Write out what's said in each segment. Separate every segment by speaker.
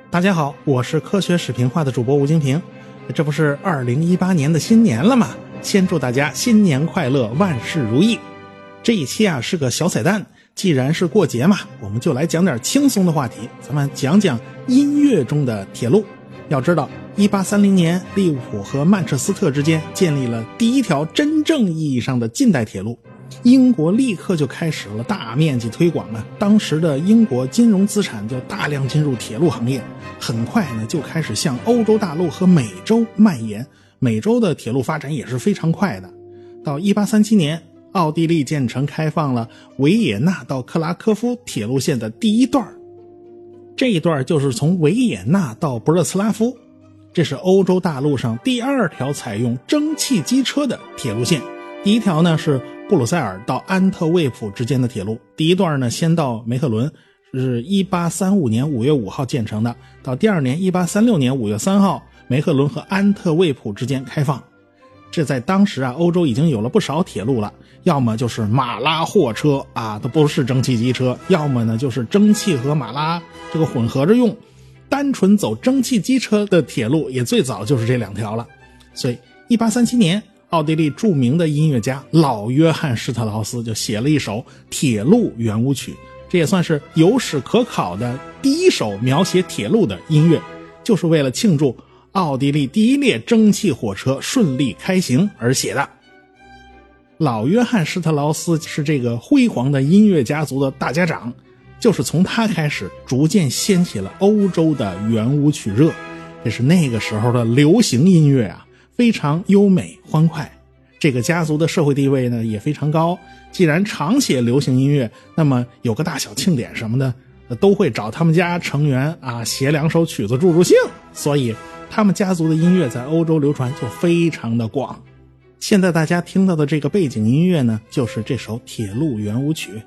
Speaker 1: 大家好，我是科学视频化的主播吴京平。这不是2018年的新年了吗？先祝大家新年快乐，万事如意。这一期啊是个小彩蛋，既然是过节嘛，我们就来讲点轻松的话题，咱们讲讲音乐中的铁路。要知道1830年利物浦和曼彻斯特之间建立了第一条真正意义上的近代铁路，英国立刻就开始了大面积推广啊，当时的英国金融资产就大量进入铁路行业，很快呢就开始向欧洲大陆和美洲蔓延，美洲的铁路发展也是非常快的。到1837年，奥地利建成开放了维也纳到克拉科夫铁路线的第一段，这一段就是从维也纳到博热斯拉夫，这是欧洲大陆上第二条采用蒸汽机车的铁路线。第一条呢是布鲁塞尔到安特卫普之间的铁路，第一段呢先到梅特伦，是1835年5月5号建成的，到第二年1836年5月3号梅特伦和安特卫普之间开放。这在当时啊，欧洲已经有了不少铁路了，要么就是马拉货车啊，都不是蒸汽机车，要么呢就是蒸汽和马拉这个混合着用。单纯走蒸汽机车的铁路也最早就是这两条了。所以1837年奥地利著名的音乐家老约翰施特劳斯就写了一首铁路圆舞曲，这也算是有史可考的第一首描写铁路的音乐，就是为了庆祝奥地利第一列蒸汽火车顺利开行而写的。老约翰施特劳斯是这个辉煌的音乐家族的大家长，就是从他开始逐渐掀起了欧洲的圆舞曲热，这是那个时候的流行音乐啊，非常优美欢快。这个家族的社会地位呢也非常高，既然常写流行音乐，那么有个大小庆典什么的都会找他们家成员啊写两首曲子助助兴，所以他们家族的音乐在欧洲流传就非常的广。现在大家听到的这个背景音乐呢，就是这首铁路圆舞曲。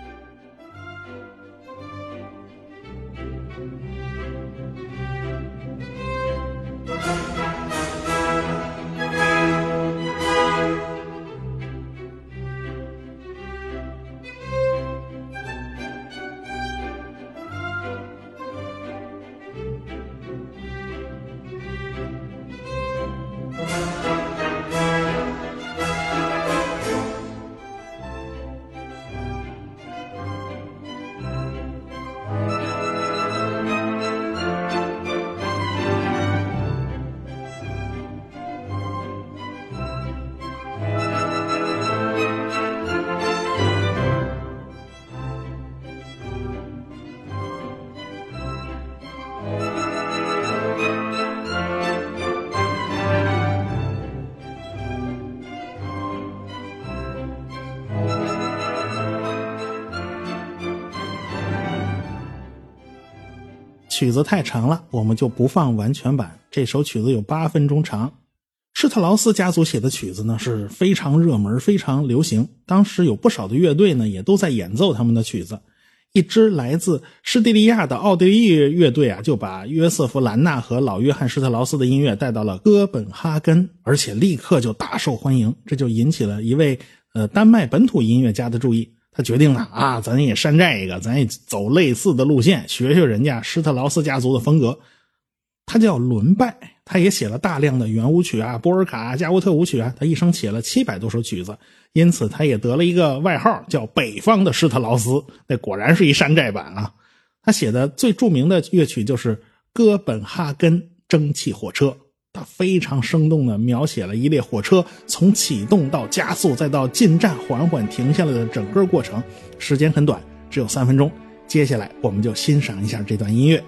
Speaker 1: 曲子太长了，我们就不放完全版，这首曲子有8分钟长。施特劳斯家族写的曲子呢是非常热门非常流行，当时有不少的乐队呢也都在演奏他们的曲子。一支来自施蒂利亚的奥地利乐队啊，就把约瑟夫兰纳和老约翰施特劳斯的音乐带到了哥本哈根，而且立刻就大受欢迎，这就引起了一位丹麦本土音乐家的注意。他决定了啊，咱也山寨一个，咱也走类似的路线，学学人家施特劳斯家族的风格。他叫伦拜，他也写了大量的圆舞曲啊、波尔卡、加沃特舞曲啊，他一生写了700多首曲子，因此他也得了一个外号叫北方的施特劳斯，那果然是一山寨版啊。他写的最著名的乐曲就是哥本哈根蒸汽火车，他非常生动地描写了一列火车从启动到加速再到进站缓缓停下来的整个过程，时间很短，只有3分钟。接下来我们就欣赏一下这段音乐。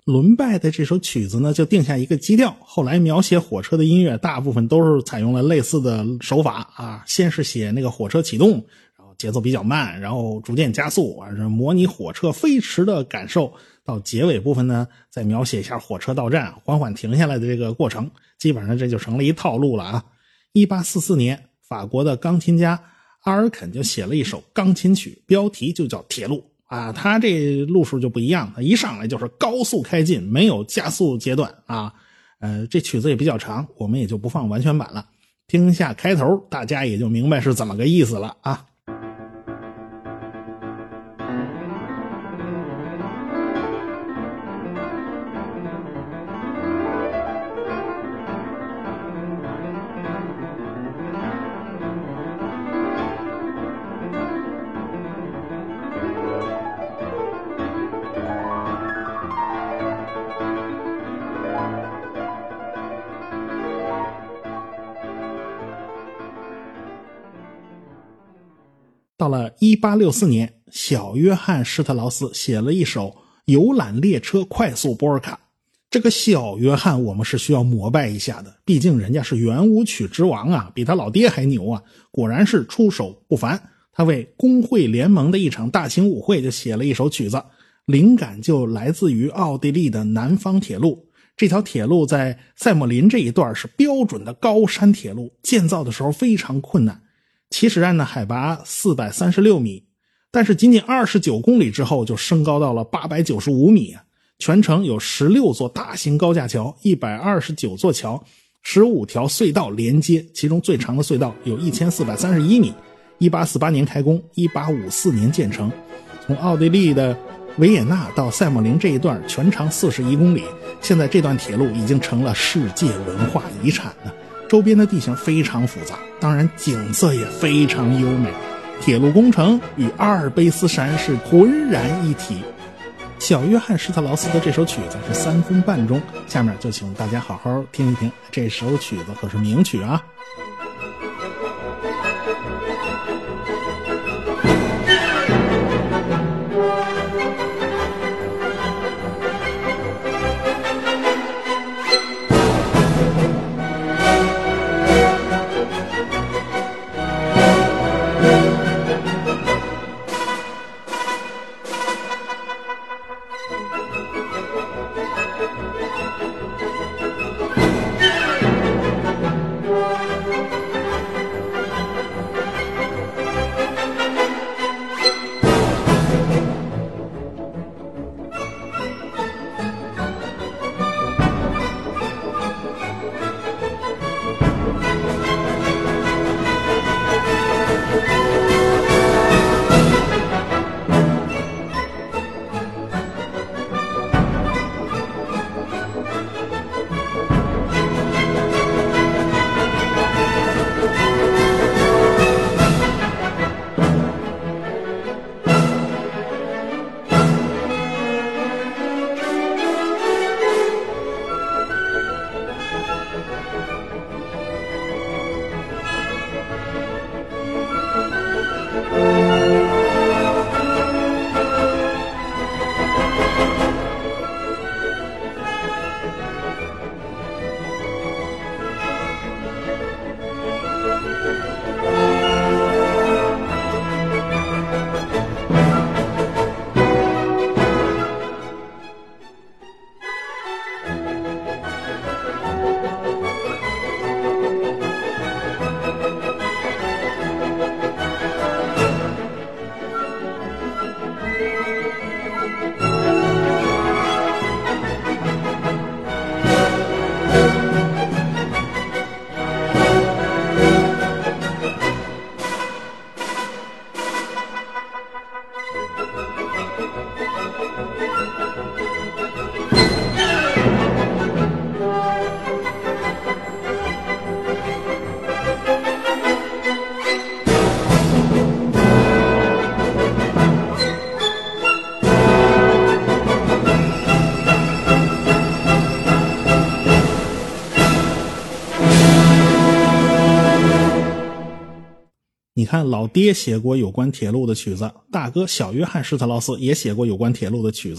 Speaker 1: 伦拜的这首曲子呢就定下一个基调，后来描写火车的音乐大部分都是采用了类似的手法啊，先是写那个火车启动，然后节奏比较慢，然后逐渐加速啊，模拟火车飞驰的感受，到结尾部分呢再描写一下火车到站缓缓停下来的这个过程，基本上这就成了一套路了啊。1844年法国的钢琴家阿尔肯就写了一首钢琴曲，标题就叫《铁路》啊，他这路数就不一样，他一上来就是高速开进，没有加速阶段啊。这曲子也比较长，我们也就不放完全版了，听一下开头，大家也就明白是怎么个意思了啊。到了1864年，小约翰施特劳斯写了一首游览列车快速波尔卡。这个小约翰我们是需要膜拜一下的，毕竟人家是圆舞曲之王啊，比他老爹还牛啊，果然是出手不凡。他为工会联盟的一场大型舞会就写了一首曲子，灵感就来自于奥地利的南方铁路。这条铁路在塞莫林这一段是标准的高山铁路，建造的时候非常困难。起始站的海拔436米，但是仅仅29公里之后就升高到了895米啊！全程有16座大型高架桥，129座桥，15条隧道连接，其中最长的隧道有1431米。1848年开工，1854年建成。从奥地利的维也纳到塞莫林这一段全长41公里，现在这段铁路已经成了世界文化遗产了。周边的地形非常复杂，当然景色也非常优美，铁路工程与阿尔卑斯山是浑然一体。小约翰施特劳斯的这首曲子是3分半钟，下面就请大家好好听一听，这首曲子可是名曲啊。你看老爹写过有关铁路的曲子，大哥小约翰施特劳斯也写过有关铁路的曲子，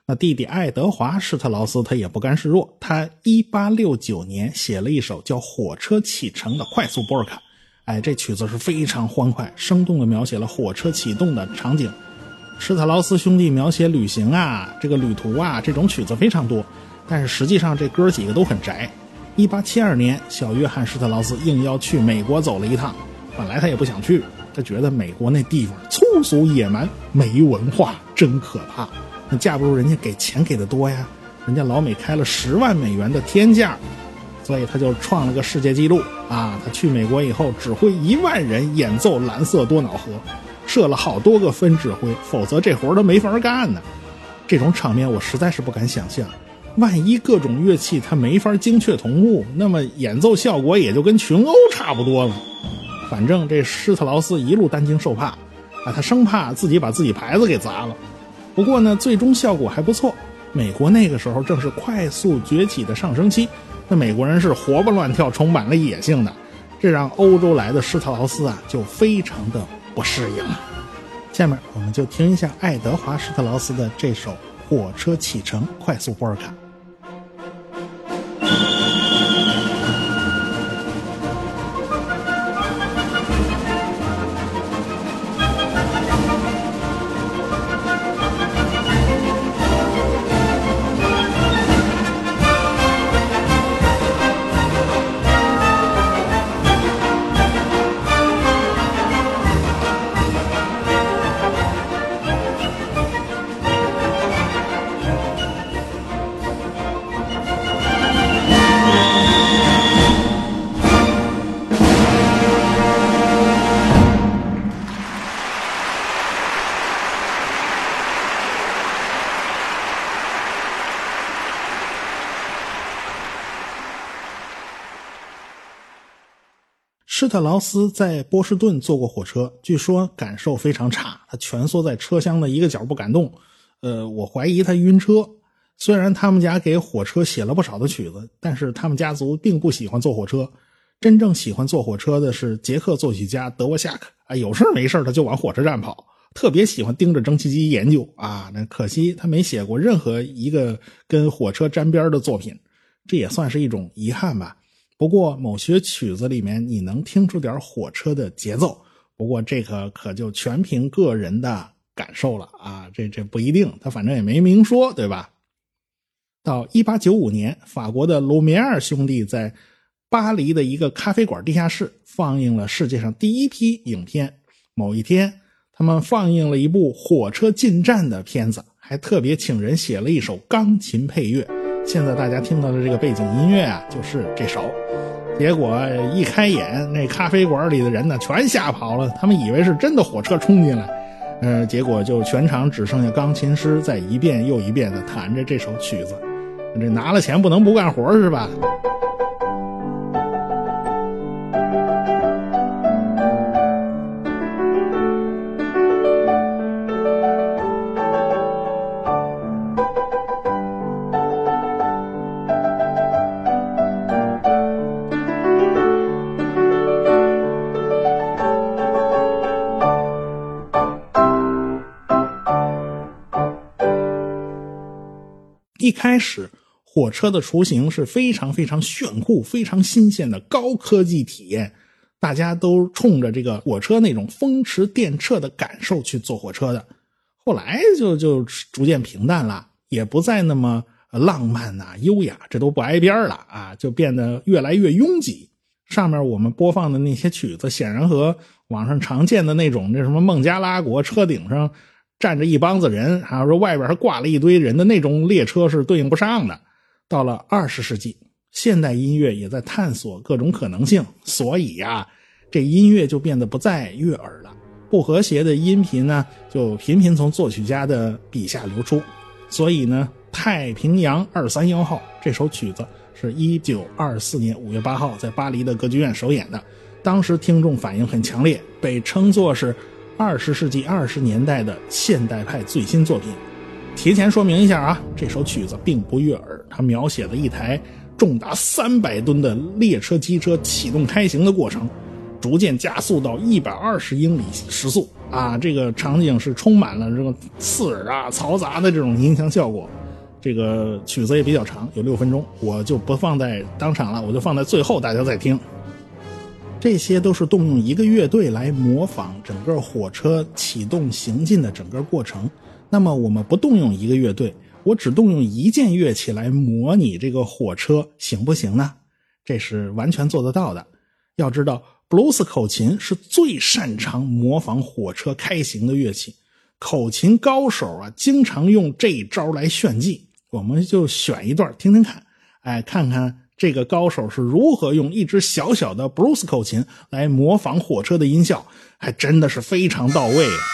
Speaker 1: 那弟弟爱德华·施特劳斯他也不甘示弱，他1869年写了一首叫《火车启程》的快速波尔卡。这曲子是非常欢快，生动地描写了火车启动的场景。施特劳斯兄弟描写旅行啊，这个旅途啊，这种曲子非常多，但是实际上这哥几个都很宅。1872年，小约翰·施特劳斯应邀去美国走了一趟，本来他也不想去，他觉得美国那地方粗俗野蛮，没文化，真可怕。那架不住人家给钱给的多呀，人家老美开了10万美元的天价，所以他就创了个世界纪录啊！他去美国以后，指挥1万人演奏蓝色多瑙河，设了好多个分指挥，否则这活都没法干呢。这种场面我实在是不敢想象，万一各种乐器它没法精确同步，那么演奏效果也就跟群殴差不多了。反正这施特劳斯一路担惊受怕啊，他生怕自己把自己牌子给砸了。不过呢，最终效果还不错。美国那个时候正是快速崛起的上升期，那美国人是活蹦乱跳，充满了野性的，这让欧洲来的施特劳斯啊就非常的不适应。下面我们就听一下爱德华·施特劳斯的这首《火车启程》快速波尔卡。施特劳斯在波士顿坐过火车，据说感受非常差，他蜷缩在车厢的一个角不敢动。我怀疑他晕车。虽然他们家给火车写了不少的曲子，但是他们家族并不喜欢坐火车。真正喜欢坐火车的是捷克作曲家德沃夏克啊，有事没事他就往火车站跑，特别喜欢盯着蒸汽机研究啊。那可惜他没写过任何一个跟火车沾边的作品，这也算是一种遗憾吧。不过某些曲子里面你能听出点火车的节奏，不过这个可就全凭个人的感受了啊，这不一定，他反正也没明说，对吧？到1895年，法国的卢米埃尔兄弟在巴黎的一个咖啡馆地下室放映了世界上第一批影片。某一天，他们放映了一部火车进站的片子，还特别请人写了一首钢琴配乐。现在大家听到的这个背景音乐啊，就是这首。结果一开演，那咖啡馆里的人呢全吓跑了，他们以为是真的火车冲进来。结果就全场只剩下钢琴师在一遍又一遍的弹着这首曲子。这拿了钱不能不干活是吧？一开始火车的雏形是非常非常炫酷非常新鲜的高科技体验，大家都冲着这个火车那种风驰电掣的感受去坐火车的。后来就逐渐平淡了，也不再那么浪漫啊优雅，这都不挨边了啊，就变得越来越拥挤。上面我们播放的那些曲子显然和网上常见的那种什么孟加拉国车顶上站着一帮子人，还有说外边还挂了一堆人的那种列车是对应不上的。到了20世纪，现代音乐也在探索各种可能性，所以这音乐就变得不再悦耳了。不和谐的音频呢，就频频从作曲家的笔下流出。所以呢，太平洋231号这首曲子是1924年5月8号在巴黎的歌剧院首演的，当时听众反应很强烈，被称作是20世纪20年代的现代派最新作品。提前说明一下这首曲子并不悦耳，它描写了一台重达300吨的列车机车启动开行的过程，逐渐加速到120英里时速这个场景是充满了这个刺耳嘈杂的这种音响效果。 这个曲子也比较长，有6分钟，我就不放在当场了，我就放在最后大家再听。这些都是动用一个乐队来模仿整个火车启动行进的整个过程。那么我们不动用一个乐队，我只动用一件乐器来模拟这个火车，行不行呢？这是完全做得到的。要知道布鲁斯口琴是最擅长模仿火车开行的乐器，口琴高手啊经常用这一招来炫技。我们就选一段听听看，看看这个高手是如何用一支小小的布鲁斯口琴来模仿火车的音效，还真的是非常到位啊。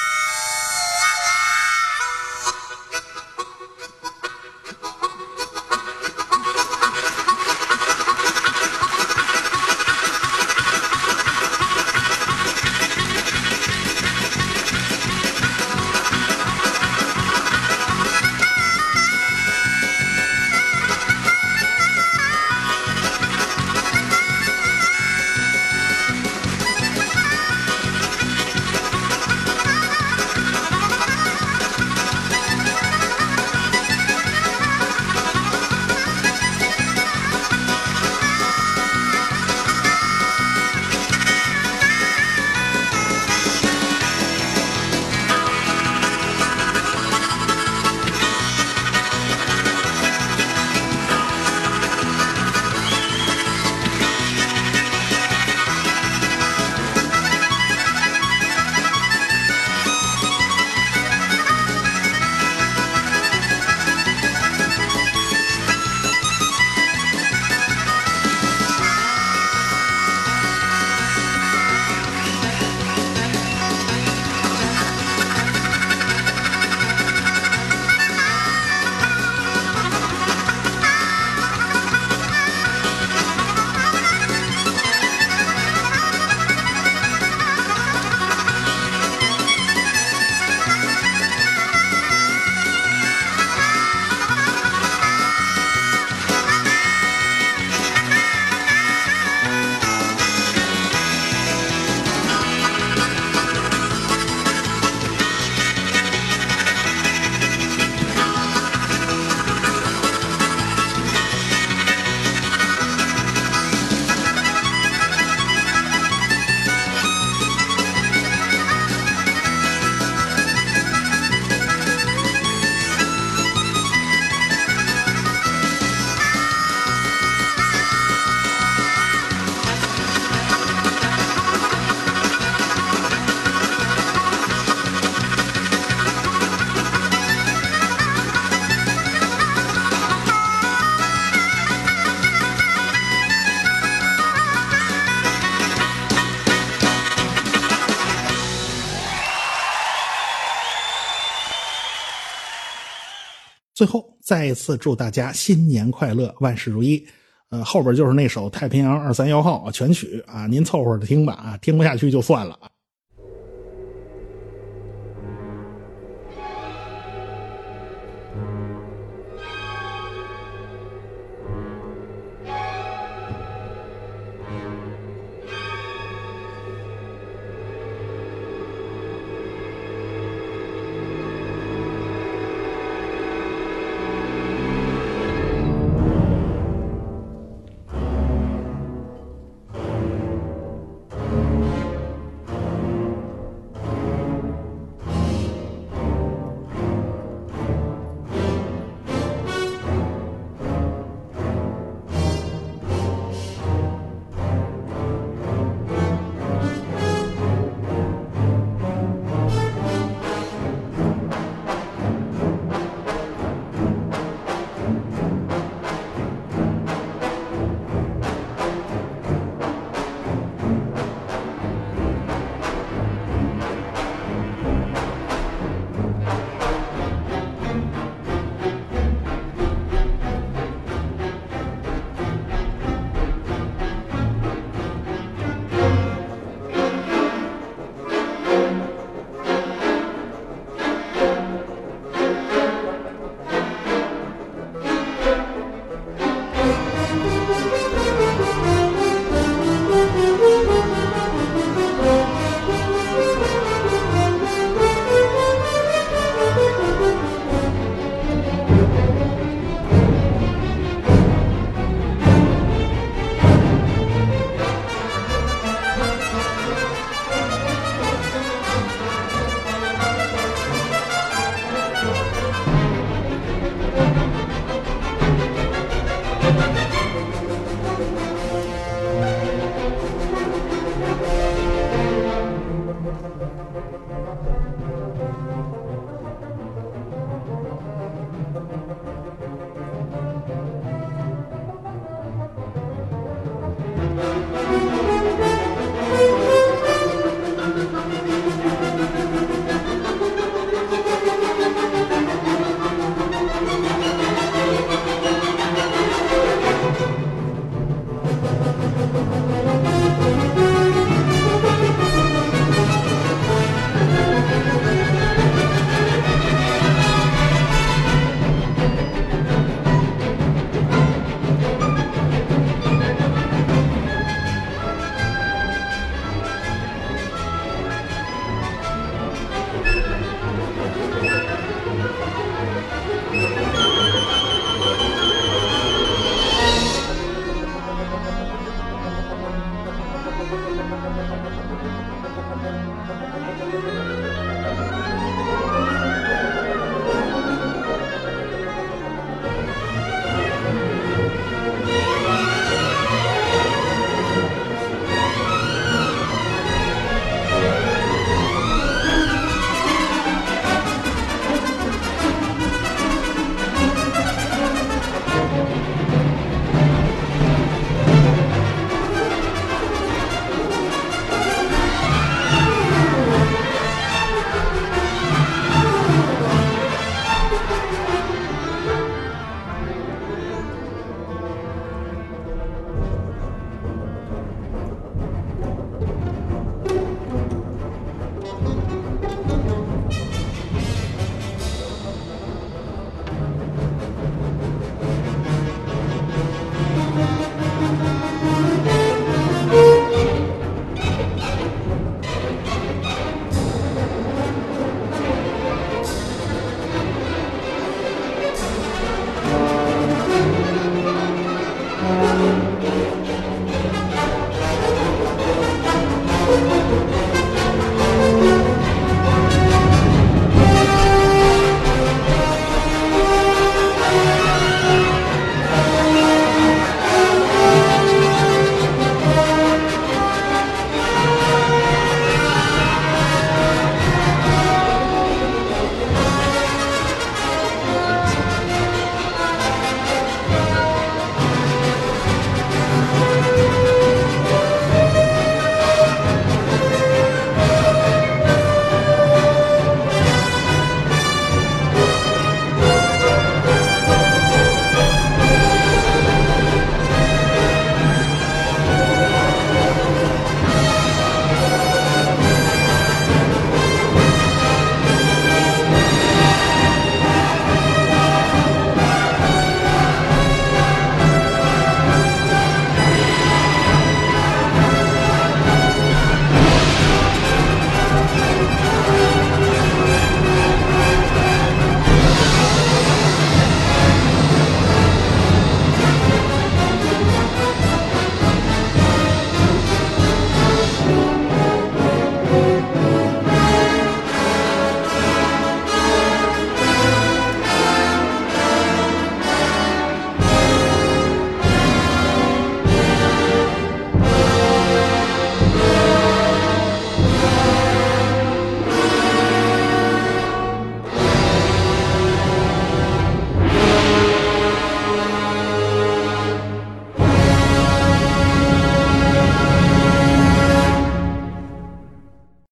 Speaker 1: 最后再一次祝大家新年快乐，万事如意。后边就是那首太平洋231号全曲啊，您凑合着听吧啊，听不下去就算了。